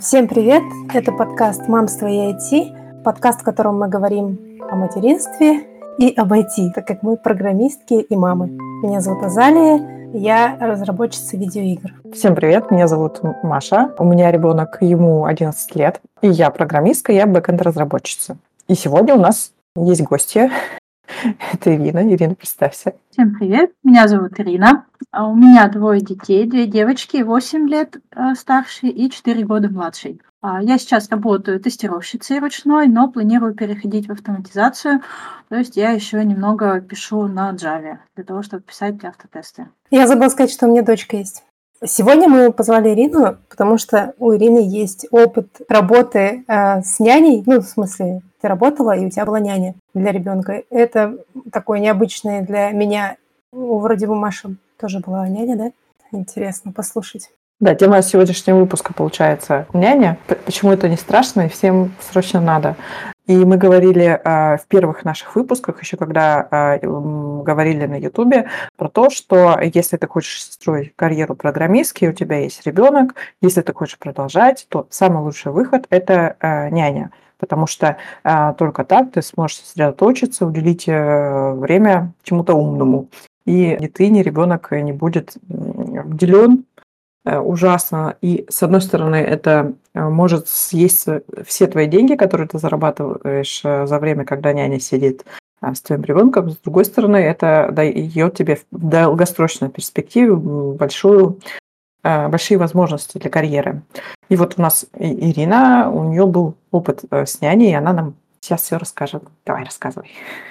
Всем привет! Это подкаст «Мамство и IT», подкаст, в котором мы говорим о материнстве и об IT, так как мы программистки и мамы. Меня зовут Азалия, я разработчица видеоигр. Всем привет, меня зовут Маша, у меня ребенок, ему 11 лет, и я программистка, я бэкэнд-разработчица. И сегодня у нас есть гостья, это Ирина. Ирина, представься. Всем привет, меня зовут Ирина. У меня 2 детей, 2 девочки, 8 лет старший и 4 года младший. Я сейчас работаю тестировщицей ручной, но планирую переходить в автоматизацию. То есть я еще немного пишу на Java для того, чтобы писать автотесты. Я забыла сказать, что у меня дочка есть. Сегодня мы позвали Ирину, потому что у Ирины есть опыт работы с няней. Ну, в смысле, ты работала, и у тебя была няня для ребенка. Это такое необычное для меня. Вроде бы Маша тоже была няня, да? Интересно послушать. Да, тема сегодняшнего выпуска получается няня. Почему это не страшно и всем срочно надо. И мы говорили в первых наших выпусках, еще когда говорили на Ютубе, про то, что если ты хочешь строить карьеру программистки, у тебя есть ребенок, если ты хочешь продолжать, то самый лучший выход – это няня. Потому что только так ты сможешь сосредоточиться, уделить время чему-то умному. И ни ты, ни ребенок не будет обделен ужасно. И, с одной стороны, это может съесть все твои деньги, которые ты зарабатываешь за время, когда няня сидит с твоим ребенком. С другой стороны, это дает тебе в долгосрочной перспективе большие возможности для карьеры. И вот у нас Ирина, у нее был опыт с няней, и она нам сейчас все расскажет. Давай, рассказывай.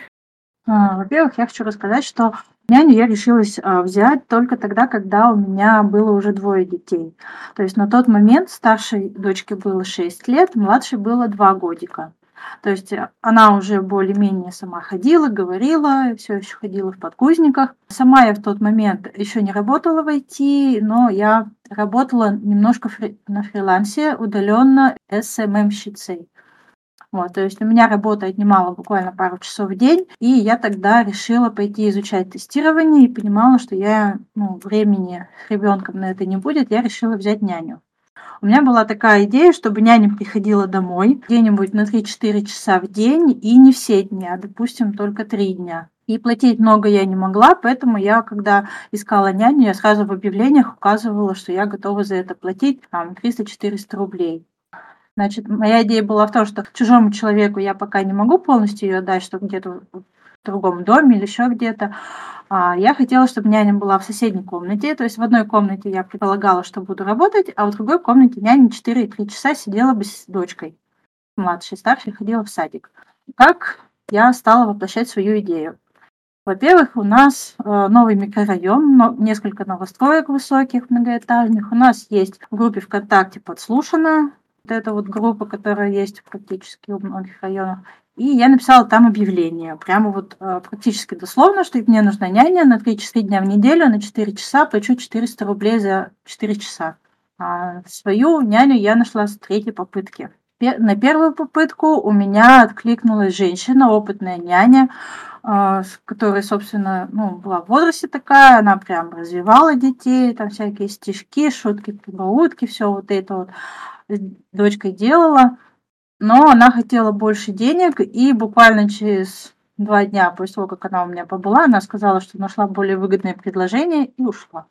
Во-первых, я хочу рассказать, что няню я решилась взять только тогда, когда у меня было уже 2 детей. То есть на тот момент старшей дочке было 6 лет, младшей было 2 годика. То есть она уже более-менее сама ходила, говорила, все еще ходила в подгузниках. Сама я в тот момент еще не работала в IT, но я работала немножко на фрилансе удаленно SMM-щицей. То есть у меня работа отнимала буквально пару часов в день, и я тогда решила пойти изучать тестирование и понимала, что времени с ребенком на это не будет, я решила взять няню. У меня была такая идея, чтобы няня приходила домой где-нибудь на 3-4 часа в день, и не все дни, а, допустим, только 3 дня. И платить много я не могла, поэтому я, когда искала няню, я сразу в объявлениях указывала, что я готова за это платить 300-400 рублей. Значит, моя идея была в том, что чужому человеку я пока не могу полностью ее отдать, чтобы где-то в другом доме или еще где-то. Я хотела, чтобы няня была в соседней комнате. То есть в одной комнате я предполагала, что буду работать, а в другой комнате няня 4-3 часа сидела бы с дочкой. Младшей, старшей ходила в садик. Как я стала воплощать свою идею? Во-первых, у нас новый микрорайон, несколько новостроек высоких, многоэтажных. У нас есть в группе ВКонтакте «Подслушано». Это вот группа, которая есть практически у многих районах. И я написала там объявление, прямо практически дословно, что мне нужна няня на 3 дня в неделю, на 4 часа, плачу 400 рублей за 4 часа. Свою няню я нашла с 3-й попытки. На 1-ю попытку у меня откликнулась женщина, опытная няня, которая, собственно, была в возрасте такая, она прям развивала детей, там всякие стишки, шутки, прибаутки, все вот это вот с дочкой делала, но она хотела больше денег, и буквально через 2 дня после того, как она у меня побыла, она сказала, что нашла более выгодное предложение и ушла.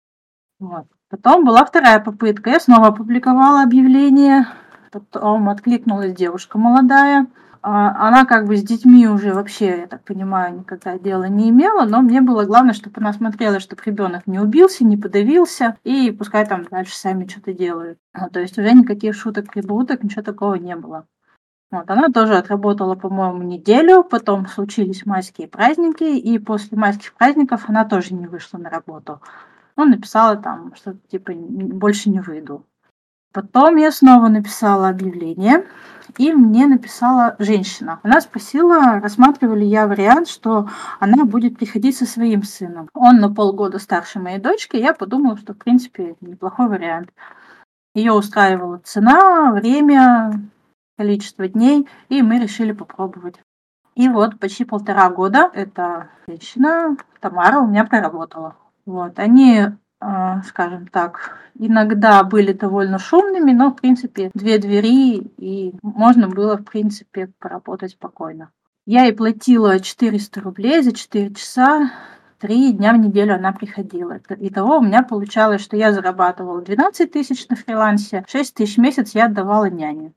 Потом была 2-я попытка, я снова опубликовала объявление, потом откликнулась девушка молодая. Она с детьми уже вообще, я так понимаю, никогда дела не имела, но мне было главное, чтобы она смотрела, чтобы ребенок не убился, не подавился, и пускай там дальше сами что-то делают. То есть уже никаких шуток, прибауток, ничего такого не было. Она тоже отработала, по-моему, неделю, потом случились майские праздники, и после майских праздников она тоже не вышла на работу. Написала там что-то типа «больше не выйду». Потом я снова написала объявление, и мне написала женщина. Она спросила, рассматривала ли я вариант, что она будет приходить со своим сыном. Он на полгода старше моей дочки, я подумала, что, в принципе, неплохой вариант. Ее устраивала цена, время, количество дней, и мы решили попробовать. И почти 1,5 года эта женщина, Тамара, у меня проработала. Они скажем так, иногда были довольно шумными, но, в принципе, 2 двери, и можно было, в принципе, поработать спокойно. Я ей платила 400 рублей за 4 часа, 3 дня в неделю она приходила. Итого у меня получалось, что я зарабатывала 12 тысяч на фрилансе, 6 тысяч в месяц я отдавала няне.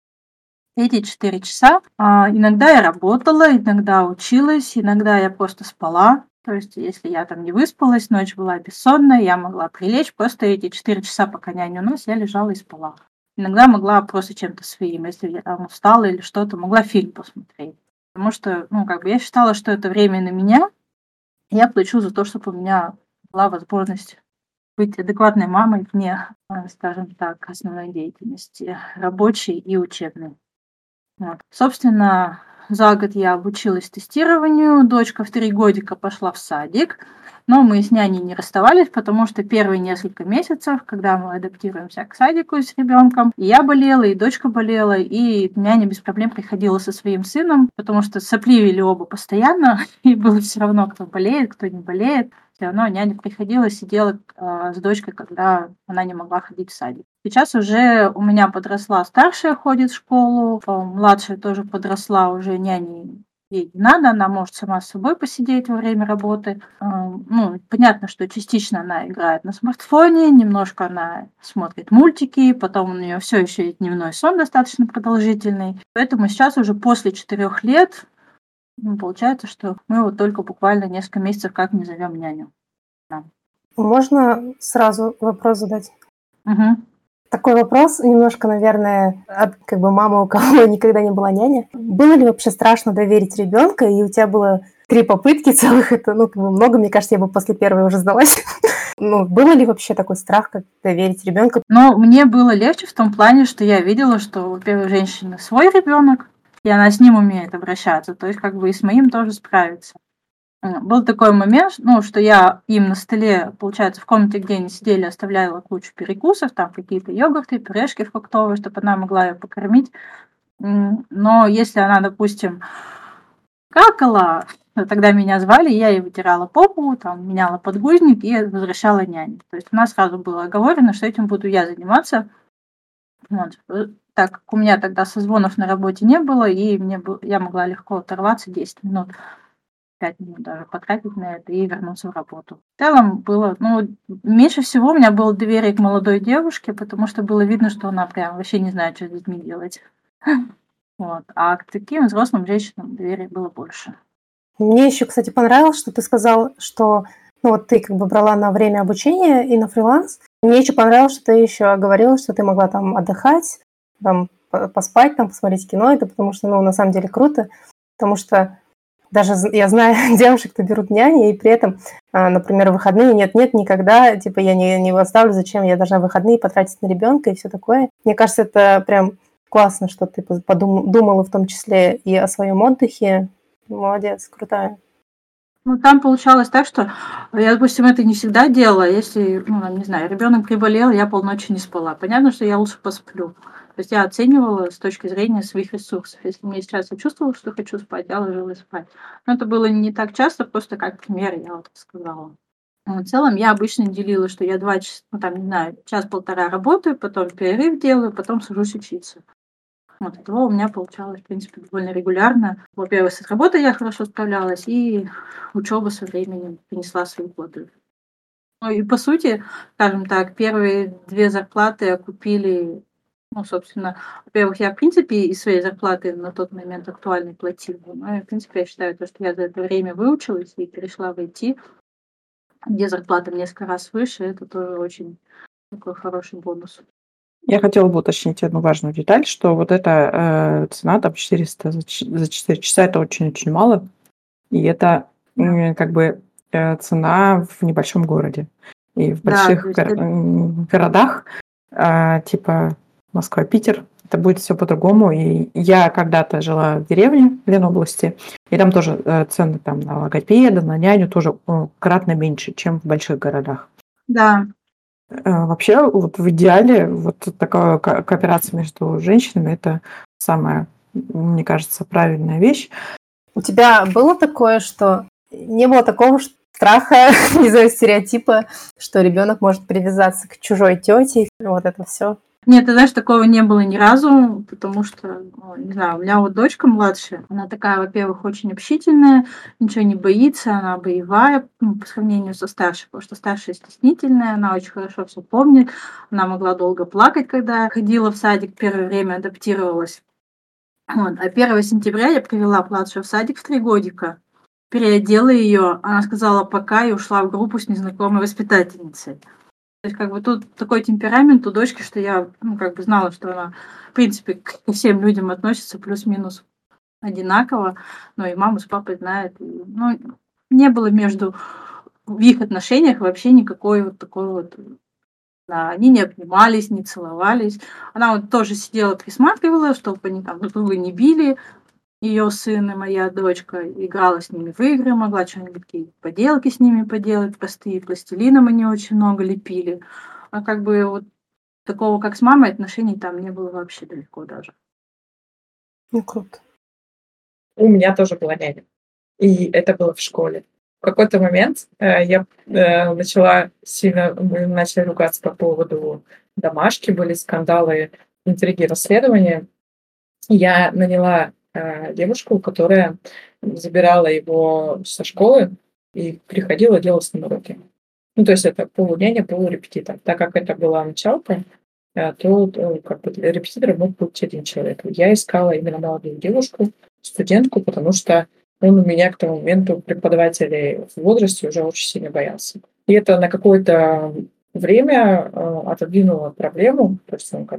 Эти 4 часа иногда я работала, иногда училась, иногда я просто спала. То есть, если я там не выспалась, ночь была бессонная, я могла прилечь, просто эти 4 часа, пока няня у нас, я лежала и спала. Иногда могла просто чем-то своим, если я там устала или что-то, могла фильм посмотреть. Потому что, я считала, что это время на меня, и я плачу за то, чтобы у меня была возможность быть адекватной мамой вне, скажем так, основной деятельности рабочей и учебной. Вот. Собственно, за год я обучилась тестированию, дочка в 3 годика пошла в садик, но мы с няней не расставались, потому что первые несколько месяцев, когда мы адаптируемся к садику с ребенком, и я болела, и дочка болела, и няня без проблем приходила со своим сыном, потому что сопливили оба постоянно, и было все равно, кто болеет, кто не болеет. Все равно няня приходила, сидела с дочкой, когда она не могла ходить в садик. Сейчас уже у меня подросла старшая, ходит в школу, младшая тоже подросла, уже няни ей не надо, она может сама с собой посидеть во время работы. Понятно, что частично она играет на смартфоне, немножко она смотрит мультики, потом у нее все еще и дневной сон достаточно продолжительный. Поэтому сейчас уже после 4 лет получается, что мы вот только буквально несколько месяцев как не зовем няню. Да. Можно сразу вопрос задать? Угу. Такой вопрос, немножко, наверное, от мамы, у кого никогда не была няня. Было ли вообще страшно доверить ребенка, и у тебя было 3 попытки целых, это, много, мне кажется, я бы после первой уже сдалась. Было ли вообще такой страх, как доверить ребенка? Но мне было легче в том плане, что я видела, что, во-первых, женщина свой ребенок, и она с ним умеет обращаться, то есть и с моим тоже справится. Был такой момент, что я им на столе, получается, в комнате, где они сидели, оставляла кучу перекусов, там какие-то йогурты, пюрешки фруктовые, чтобы она могла ее покормить. Но если она, допустим, какала, тогда меня звали, я ей вытирала попу, там, меняла подгузник и возвращала няне. То есть у нас сразу было оговорено, что этим буду я заниматься. Вот. Так как у меня тогда созвонов на работе не было, и я могла легко оторваться 10 минут. 5 минут даже потратить на это и вернуться в работу. В целом было, меньше всего у меня было доверие к молодой девушке, потому что было видно, что она прям вообще не знает, что с детьми делать. Вот. А к таким взрослым женщинам доверия было больше. Мне еще, кстати, понравилось, что ты сказал, что ты брала на время обучения и на фриланс. Мне еще понравилось, что ты еще говорила, что ты могла там отдыхать, там поспать, там посмотреть кино. Это потому что, на самом деле круто, потому что даже я знаю девушек, кто берут няни, и при этом, например, выходные нет никогда, я не оставлю, зачем я должна выходные потратить на ребенка и все такое. Мне кажется, это прям классно, что ты думала в том числе и о своем отдыхе. Молодец, крутая. Там получалось так, что я, допустим, это не всегда делала. Если, не знаю, ребенок приболел, я полночи не спала. Понятно, что я лучше посплю. То есть я оценивала с точки зрения своих ресурсов. Если мне сейчас я чувствовала, что хочу спать, я ложилась спать. Но это было не так часто, просто как пример я вот сказала. В целом я обычно делила, что я 2 часа, час-полтора работаю, потом перерыв делаю, потом сажусь учиться. Вот этого у меня получалось, в принципе, довольно регулярно. Во-первых, с работой я хорошо справлялась, и учеба со временем принесла свои плоды. И по сути, скажем так, первые 2 зарплаты окупили, собственно, во-первых, я, в принципе, из своей зарплаты на тот момент актуальной платила. Но, в принципе, я считаю, что я за это время выучилась и перешла в IT, где зарплата в несколько раз выше, это тоже очень такой хороший бонус. Я хотела бы уточнить одну важную деталь, что вот эта цена, там, 400 за 4 часа, это очень-очень мало. И это цена в небольшом городе. И в больших городах, типа Москва, Питер, это будет все по-другому. И я когда-то жила в деревне в Ленобласти, и там тоже цены там, на логопеда, на няню тоже кратно меньше, чем в больших городах. Да. Вообще, вот в идеале, вот такая кооперация между женщинами – это самая, мне кажется, правильная вещь. У тебя было такое, что не было такого, что страха, из-за стереотипа, что ребенок может привязаться к чужой тете. Вот это все. Нет, ты знаешь, такого не было ни разу, потому что, не знаю, у меня вот дочка младшая, она такая, во-первых, очень общительная, ничего не боится, она боевая, по сравнению со старшей, потому что старшая стеснительная, она очень хорошо все помнит, она могла долго плакать, когда ходила в садик, первое время адаптировалась. Вот. А 1 сентября я привела младшую в садик в 3 годика, переодела ее, она сказала пока и ушла в группу с незнакомой воспитательницей. То есть, как бы тут такой темперамент у дочки, что я, как бы знала, что она, в принципе, к всем людям относится плюс-минус одинаково, но и маму с папой знает. Ну, не было между в их отношениях вообще никакой вот такой вот. Да, они не обнимались, не целовались. Она вот тоже сидела, присматривала, чтобы они там друг друга не били. Ее сын и моя дочка играла с ними в игры, могла что-нибудь какие-то поделки с ними поделать, простые пластилином они очень много лепили. А как бы вот такого, как с мамой, отношений там не было вообще далеко даже. Ну, круто. У меня тоже была няня, и это было в школе. В какой-то момент я начала сильно, мы начали ругаться по поводу домашки, были скандалы, интриги, расследования. Я наняла девушку, которая забирала его со школы и приходила, делала с ним уроки. Ну, то есть это полуняня, полурепетитор. Так как это была началка, то как бы репетитором мог быть один человек. Я искала именно молодую девушку, студентку, потому что он у меня к тому моменту преподавателей в возрасте уже очень сильно боялся. И это на какое-то время отодвинуло проблему, то есть он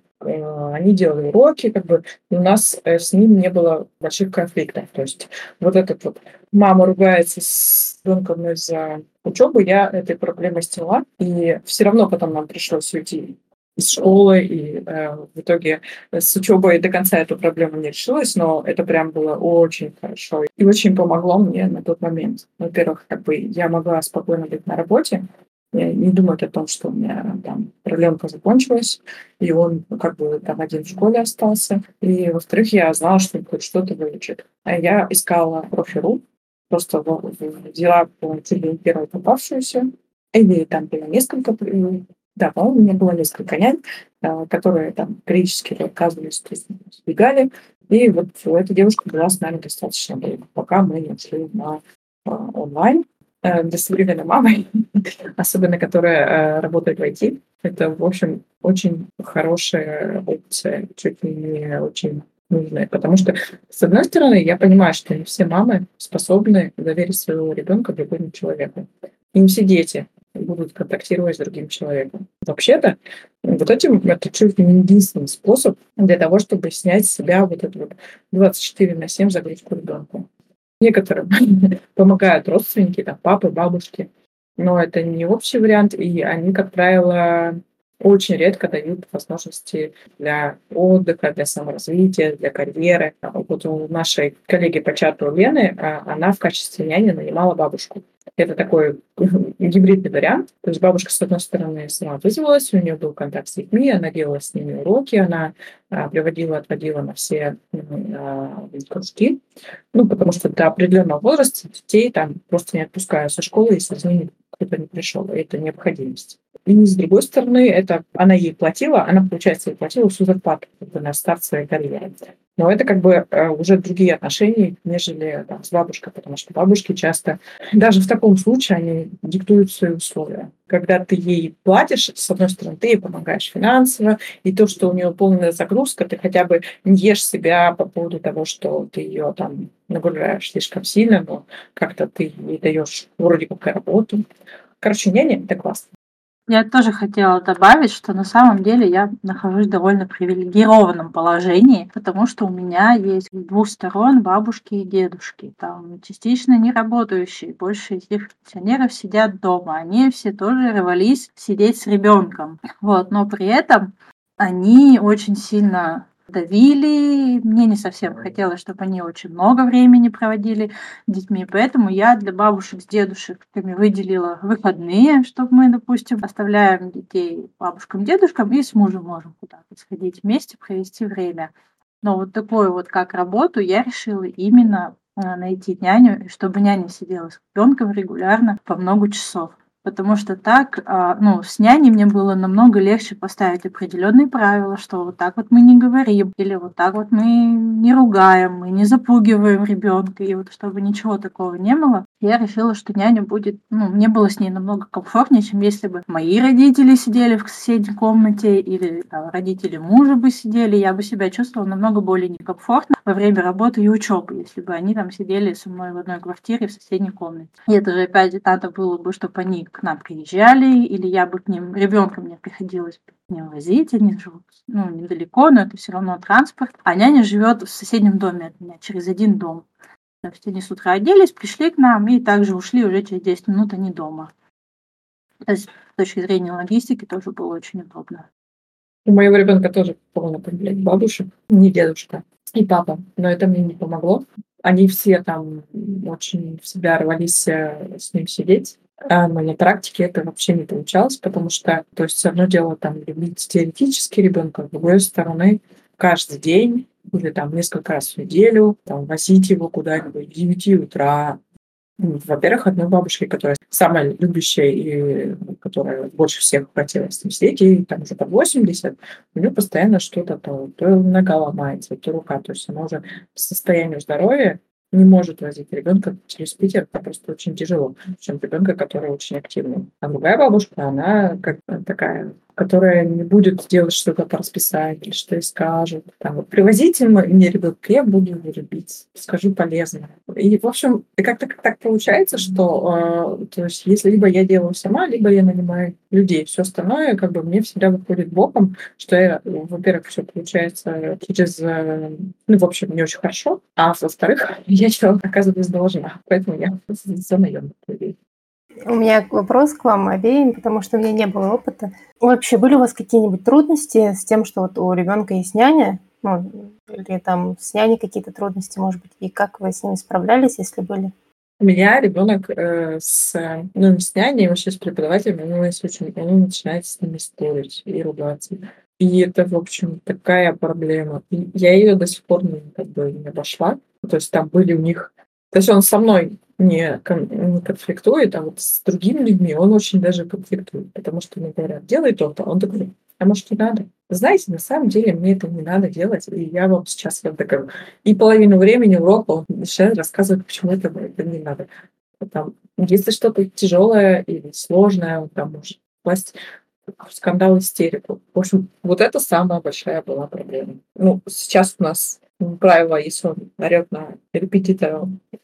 они делали уроки, как бы и у нас с ним не было больших конфликтов. То есть вот этот вот мама ругается с ребенком из-за учебы, я этой проблемой сняла, и все равно потом нам пришлось уйти из школы, и в итоге с учебой до конца эта проблема не решилась, но это прям было очень хорошо и очень помогло мне на тот момент. Во-первых, как бы я могла спокойно быть на работе, не думать о том, что у меня там проблемка закончилась, и он как бы там один в школе остался. И, во-вторых, я знала, что он хоть что-то вылечит. А я искала профи.ру, просто взяла чуть ли не первую попавшуюся, или там было несколько, да, по-моему, у меня было несколько нянь, которые там периодически отказывались, то есть сбегали. И вот эта девушка была с нами достаточно долго, пока мы не ушли на онлайн. Для современной мамы, особенно которая работает в IT, это, в общем, очень хорошая опция, чуть ли не очень нужная. Потому что, с одной стороны, я понимаю, что не все мамы способны доверить своего ребенка другому человеку. И не все дети будут контактировать с другим человеком. Вообще-то, вот это чуть ли не единственный способ для того, чтобы снять с себя вот эту вот 24/7 загрузку ребенка. Некоторым помогают родственники, там, папы, бабушки, но это не общий вариант, и они, как правило, очень редко дают возможности для отдыха, для саморазвития, для карьеры. Вот у нашей коллеги по чату Лены, она в качестве няни нанимала бабушку. Это такой гибридный вариант. То есть бабушка, с одной стороны, сама вызвалась, у нее был контакт с детьми, она делала с ними уроки, она приводила, отводила на все кружки. Ну, потому что до определенного возраста детей там просто не отпускают со школы, если за ними кто-то не пришел. Это необходимость. И с другой стороны, это она ей платила, она, получается, ей платила всю зарплату на старт своей карьеры. Но это как бы уже другие отношения, нежели там, с бабушкой, потому что бабушки часто, даже в таком случае, они диктуют свои условия. Когда ты ей платишь, с одной стороны, ты ей помогаешь финансово, и то, что у нее полная загрузка, ты хотя бы не ешь себя по поводу того, что ты ее там нагружаешь слишком сильно, но как-то ты ей даешь вроде как работу. Короче, няня — это классно. Я тоже хотела добавить, что на самом деле я нахожусь в довольно привилегированном положении, потому что у меня есть с 2 сторон бабушки и дедушки, там частично не работающие. Больше из них пенсионеров сидят дома. Они все тоже рвались сидеть с ребенком. Вот, но при этом они очень сильно давили. Мне не совсем хотелось, чтобы они очень много времени проводили с детьми, поэтому я для бабушек с дедушками выделила выходные, чтобы мы, допустим, оставляем детей бабушкам, дедушкам и с мужем можем куда-то сходить вместе, провести время. Но вот такую вот как работу я решила именно найти няню, и чтобы няня сидела с ребенком регулярно по много часов. Потому что так, ну, с няней мне было намного легче поставить определенные правила, что вот так вот мы не говорим, или вот так вот мы не ругаем, мы не запугиваем ребенка, и вот чтобы ничего такого не было, я решила, что няня будет, ну, мне было с ней намного комфортнее, чем если бы мои родители сидели в соседней комнате, или там, родители мужа бы сидели, я бы себя чувствовала намного более некомфортно во время работы и учебы, если бы они там сидели со мной в одной квартире в соседней комнате. И это же опять надо было бы, чтобы они к нам приезжали, или я бы к ним, ребенка мне приходилось к ним возить, они живут, ну, недалеко, но это все равно транспорт, а няня живет в соседнем доме от меня, через один дом. То есть они с утра оделись, пришли к нам и также ушли уже через 10 минут они дома. То есть с точки зрения логистики тоже было очень удобно. У моего ребенка тоже полно бабушек, не дедушка, и папа. Но это мне не помогло. Они все там очень в себя рвались с ним сидеть. Но на практике это вообще не получалось, потому что, то есть, одно дело там любить теоретически ребенка, с другой стороны, каждый день или там несколько раз в неделю там, возить его куда-нибудь к 9 утра. Во-первых, одной бабушке, которая самая любящая и которая больше всех хотела с ним сидеть, ей там уже под 80, у нее постоянно что-то то нога ломается, то рука. То есть она уже по состоянию здоровья не может возить ребенка через Питер, это просто очень тяжело. Причем ребенка, который очень активный. А другая бабушка, она как такая, которая не будет делать что-то по расписанию, или что ей скажут. Там, вот, привозите мне ребенка, я буду его любить, скажу полезно. И, в общем, и как-то так получается, что то есть, если либо я делаю сама, либо я нанимаю людей. Все остальное как бы мне всегда выходит боком, что я, во-первых, все получается через, ну, в общем, не очень хорошо, а во-вторых, я что оказываюсь должна. Поэтому я за наемных людей. У меня вопрос к вам обеим, потому что у меня не было опыта. Вообще, были у вас какие-нибудь трудности с тем, что вот у ребенка есть няня? Ну, или там с няней какие-то трудности, может быть, и как вы с ними справлялись, если были? У меня ребенок с няней, вообще с преподавателем, он начинает с ними спорить и ругаться. И это, в общем, такая проблема. И я ее до сих пор не обошла. То есть там были у них... То есть он со мной не конфликтует, а вот с другими людьми он очень даже конфликтует. Потому что мне говорят, делай то-то. Он такой, а может, не надо? Знаете, на самом деле мне это не надо делать, и я вам сейчас вот докажу. И половину времени урока он начинает рассказывать, почему это не надо. Там, если что-то тяжелое или сложное, он там может впасть в скандал, истерику. В общем, вот это самая большая была проблема. Ну, сейчас у нас правило, если он орет на репетитора,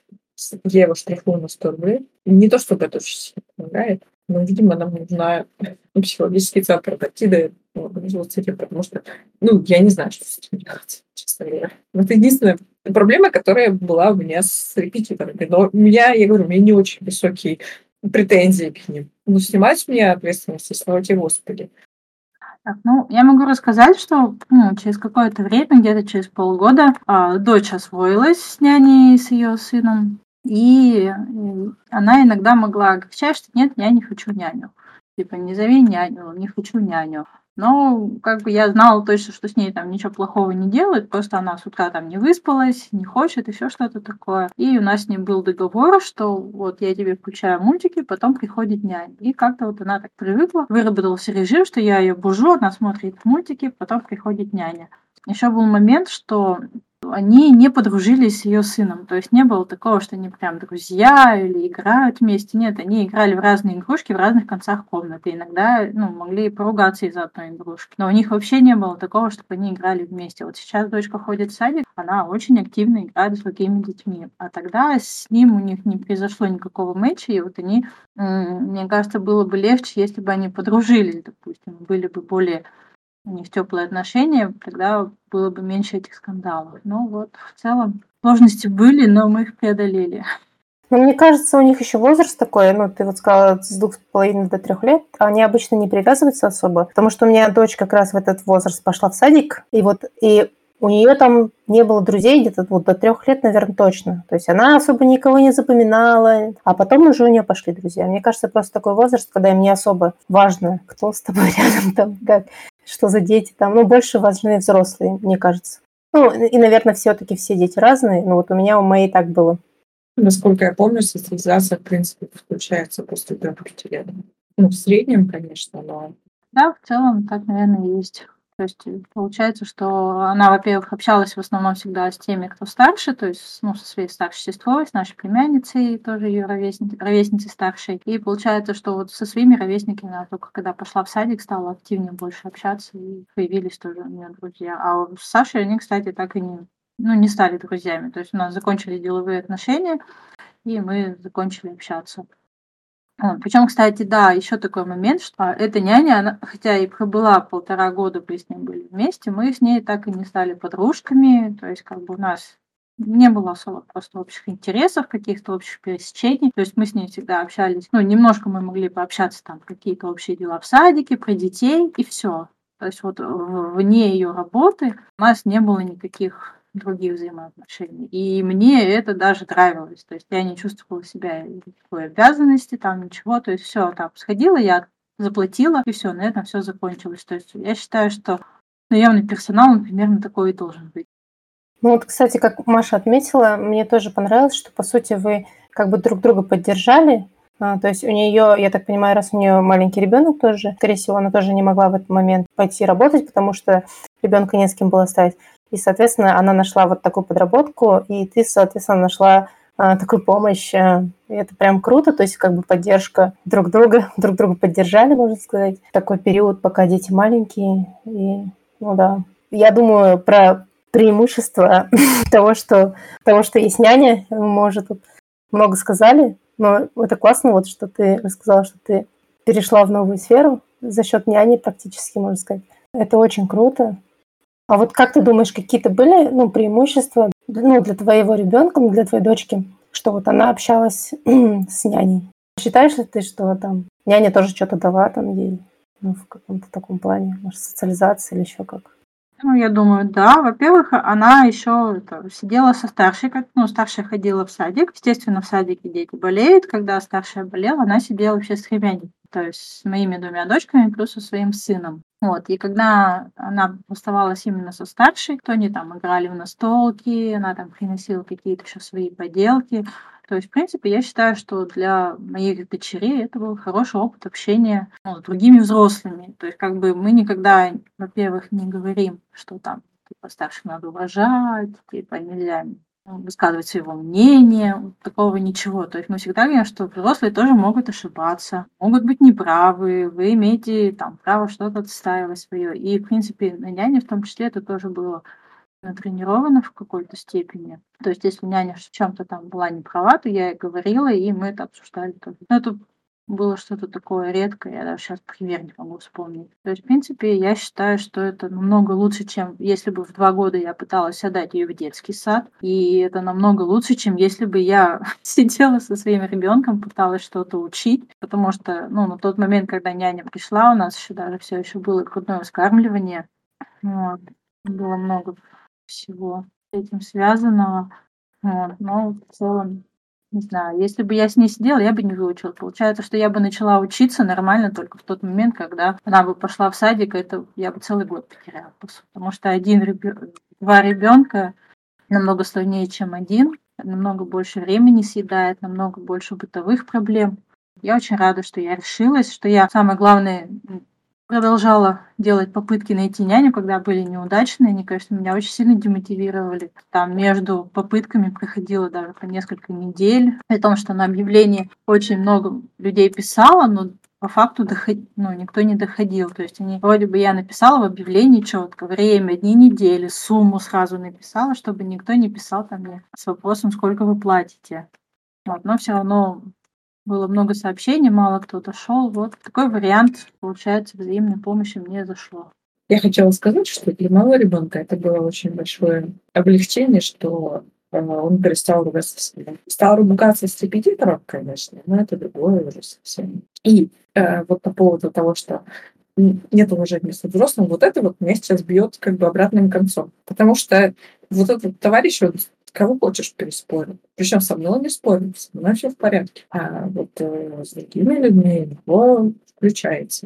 я его штрафую на 100 рублей. Не то, чтобы это очень сильно помогает, но, видимо, нам нужна психологический центр дойти до организовать с этим, потому что, ну, я не знаю, что с этим делать, честно говоря. Это единственная проблема, которая была у меня с репетиторами. Но у меня, я говорю, у меня не очень высокие претензии к ним. Ну, снимать с меня ответственность, и слава тебе, Господи. Так, ну, я могу рассказать, что через какое-то время, где-то через полгода, дочь освоилась с няней, с ее сыном, и она иногда могла кричать, что нет, я не хочу няню. Типа, не зови няню, не хочу няню. Но как бы я знала точно, что с ней там ничего плохого не делают, просто она с утра там не выспалась, не хочет, еще что-то такое. И у нас с ней был договор, что вот я тебе включаю мультики, потом приходит няня. И как-то вот она так привыкла, выработался режим, что я ее бужу, она смотрит мультики, потом приходит няня. Еще был момент, что они не подружились с ее сыном. То есть не было такого, что они прям друзья или играют вместе. Нет, они играли в разные игрушки в разных концах комнаты. Иногда могли поругаться из-за одной игрушки. Но у них вообще не было такого, чтобы они играли вместе. Вот сейчас дочка ходит в садик, она очень активно играет с другими детьми. А тогда с ним у них не произошло никакого матча, и вот они, мне кажется, было бы легче, если бы они подружились, допустим, были бы более у них теплые отношения, тогда было бы меньше этих скандалов. Но вот в целом сложности были, но мы их преодолели. Ну, мне кажется, у них еще возраст такой, ты вот сказала, с 2,5 до 3 лет, они обычно не привязываются особо, потому что у меня дочь как раз в этот возраст пошла в садик, и у нее там не было друзей где-то вот до 3 лет, наверное, точно. То есть она особо никого не запоминала, а потом уже у нее пошли друзья. Мне кажется, просто такой возраст, когда им не особо важно, кто с тобой рядом, там, как, что за дети там. Больше важны взрослые, мне кажется. Ну, и, наверное, все-таки все дети разные, но вот у моей так было. Насколько я помню, социализация, в принципе, включается после 13 лет. Ну, в среднем, конечно, но Да, в целом так, наверное, и есть. То есть получается, что она, во-первых, общалась в основном всегда с теми, кто старше, то есть ну, со своей старшей сестрой, с нашей племянницей, тоже ее ровесницей старшей. И получается, что вот со своими ровесниками она только когда пошла в садик, стала активнее больше общаться, и появились тоже у нее друзья. А вот с Сашей они, кстати, так и не стали друзьями. То есть у нас закончились деловые отношения, и мы закончили общаться. Причем, кстати, да, еще такой момент, что эта няня, она, хотя и пробыла 1,5 года, мы с ней были вместе, мы с ней так и не стали подружками, то есть как бы у нас не было особо просто общих интересов, каких-то общих пересечений. То есть мы с ней всегда общались, ну, немножко мы могли пообщаться там, какие-то общие дела в садике, про детей и все. То есть вот вне ее работы у нас не было никаких других взаимоотношений. И мне это даже нравилось. То есть я не чувствовала себя никакой обязанности, там ничего. То есть все там сходила, я заплатила, и все, на этом все закончилось. То есть я считаю, что наемный персонал, он примерно такой и должен быть. Ну вот, кстати, как Маша отметила, мне тоже понравилось, что, по сути, вы как бы друг друга поддержали. То есть у нее, я так понимаю, раз у нее маленький ребенок тоже, скорее всего, она тоже не могла в этот момент пойти работать, потому что ребенка не с кем было оставить. И, соответственно, она нашла вот такую подработку, и ты, соответственно, нашла такую помощь. И это прям круто, то есть как бы поддержка друг друга поддержали, можно сказать, в такой период, пока дети маленькие. И, ну да. Я думаю, про преимущество того, что есть няня, мы уже тут много сказали, но это классно, вот что ты рассказала, что ты перешла в новую сферу за счет няни практически, можно сказать. Это очень круто. А вот как ты думаешь, какие-то были преимущества для твоего ребенка, для твоей дочки, что вот она общалась с няней? Считаешь ли ты, что там няня тоже что-то дала там ей в каком-то таком плане, может, социализация или еще как? Я думаю, да. Во-первых, она еще сидела со старшей, старшая ходила в садик. Естественно, в садике дети болеют. Когда старшая болела, она сидела вообще с 3 детьми, то есть с моими 2 дочками плюс со своим сыном. И когда она оставалась именно со старшей, то они там играли в настолки, она там приносила какие-то еще свои поделки. То есть, в принципе, я считаю, что для моих дочерей это был хороший опыт общения с другими взрослыми. То есть, как бы мы никогда, во-первых, не говорим, что там типа старших надо уважать, типа нельзя высказывать своего мнения, вот такого ничего. То есть мы всегда говорим, что взрослые тоже могут ошибаться, могут быть неправы, вы имеете там право что-то отстаивать свое. И, в принципе, на няне в том числе это тоже было натренирована в какой-то степени. То есть, если няня в чем-то там была не права, то я ей говорила, и мы это обсуждали тоже. Но это было что-то такое редкое, я даже сейчас пример не могу вспомнить. То есть, в принципе, я считаю, что это намного лучше, чем если бы в 2 года я пыталась отдать ее в детский сад. И это намного лучше, чем если бы я сидела со своим ребенком, пыталась что-то учить. Потому что, на тот момент, когда няня пришла, у нас еще даже все еще было грудное вскармливание. Было много всего с этим связанного. Но в целом, не знаю, если бы я с ней сидела, я бы не выучила. Получается, что я бы начала учиться нормально только в тот момент, когда она бы пошла в садик, это я бы целый год потеряла. Потому что 2 ребенка намного сложнее, чем 1, намного больше времени съедает, намного больше бытовых проблем. Я очень рада, что я решилась, что я, самое главное, продолжала делать попытки найти няню, когда были неудачные. Они, конечно, меня очень сильно демотивировали. Там между попытками проходило даже по несколько недель. При том, что на объявлении очень много людей писало, но по факту никто не доходил. То есть вроде бы я написала в объявлении четко время, дни недели, сумму сразу написала, чтобы никто не писал там мне с вопросом, сколько вы платите. Но все равно было много сообщений, мало кто дошел. Вот такой вариант, получается, взаимной помощи мне зашло. Я хотела сказать, что для моего ребенка это было очень большое облегчение, что он перестал ругаться с ним. Стал ругаться с репетитором, конечно, но это другое уже совсем. И вот по поводу того, что нет уважения к взрослым, вот это вот меня сейчас бьет как бы обратным концом. Потому что вот этот товарищ, он кого хочешь переспорил. Причем со мной он не спорил, со мной все в порядке. А вот с другими людьми его включается.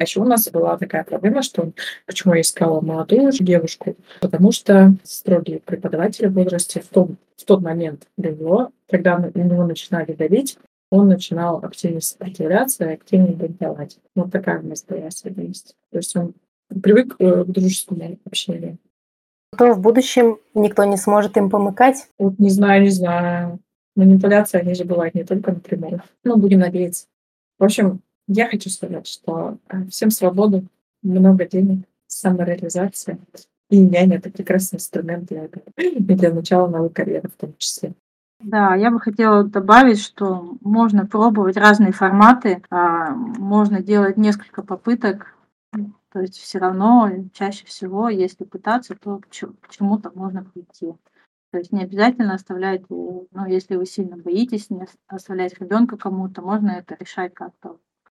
А еще у нас была такая проблема, что почему я искала молодую девушку, потому что строгие преподаватели в возрасте в тот момент для него, когда на него начинали давить, он начинал активно сопротивляться и активно бунтовать. Вот такая у нас была особенность. То есть он привык к дружескому общению. То в будущем никто не сможет им помыкать. Вот не знаю. Манипуляции, они же бывают не только напрямую. Ну, будем надеяться. В общем, я хочу сказать, что всем свободу, много денег, самореализация. И няня — это прекрасный инструмент для этого. И для начала новой карьеры в том числе. Да, я бы хотела добавить, что можно пробовать разные форматы, можно делать несколько попыток. То есть все равно чаще всего, если пытаться, то к чему-то можно прийти. То есть не обязательно оставлять, если вы сильно боитесь, не оставлять ребенка кому-то, можно это решать как-то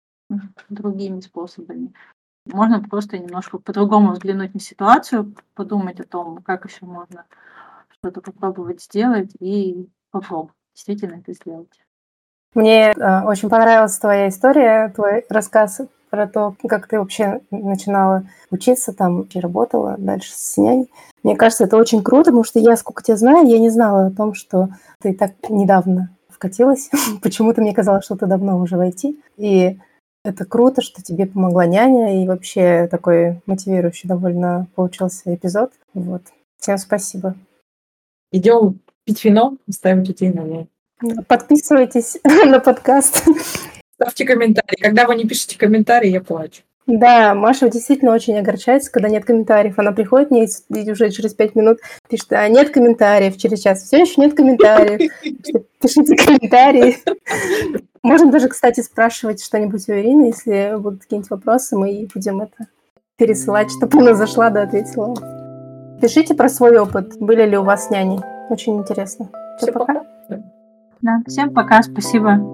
другими способами. Можно просто немножко по-другому взглянуть на ситуацию, подумать о том, как еще можно что-то попробовать сделать и попробовать действительно это сделать. Мне очень понравилась твоя история, твой рассказ про то, как ты вообще начинала учиться там и работала дальше с няней. Мне кажется, это очень круто, потому что я, сколько тебя знаю, я не знала о том, что ты так недавно вкатилась. Почему-то мне казалось, что ты давно уже в IT. И это круто, что тебе помогла няня, и вообще такой мотивирующий довольно получился эпизод. Вот. Всем спасибо. Идем пить вино, ставим детей на няню. Подписывайтесь на подкаст. Ставьте комментарии. Когда вы не пишете комментарии, я плачу. Да, Маша действительно очень огорчается, когда нет комментариев. Она приходит мне и уже через 5 минут пишет: нет комментариев, через час все еще нет комментариев. Пишите комментарии. Можем даже, кстати, спрашивать что-нибудь у Ирины, если будут какие-нибудь вопросы, мы ей будем это пересылать, чтобы она зашла да ответила. Пишите про свой опыт. Были ли у вас няни? Очень интересно. Все, пока. Да, всем пока, спасибо.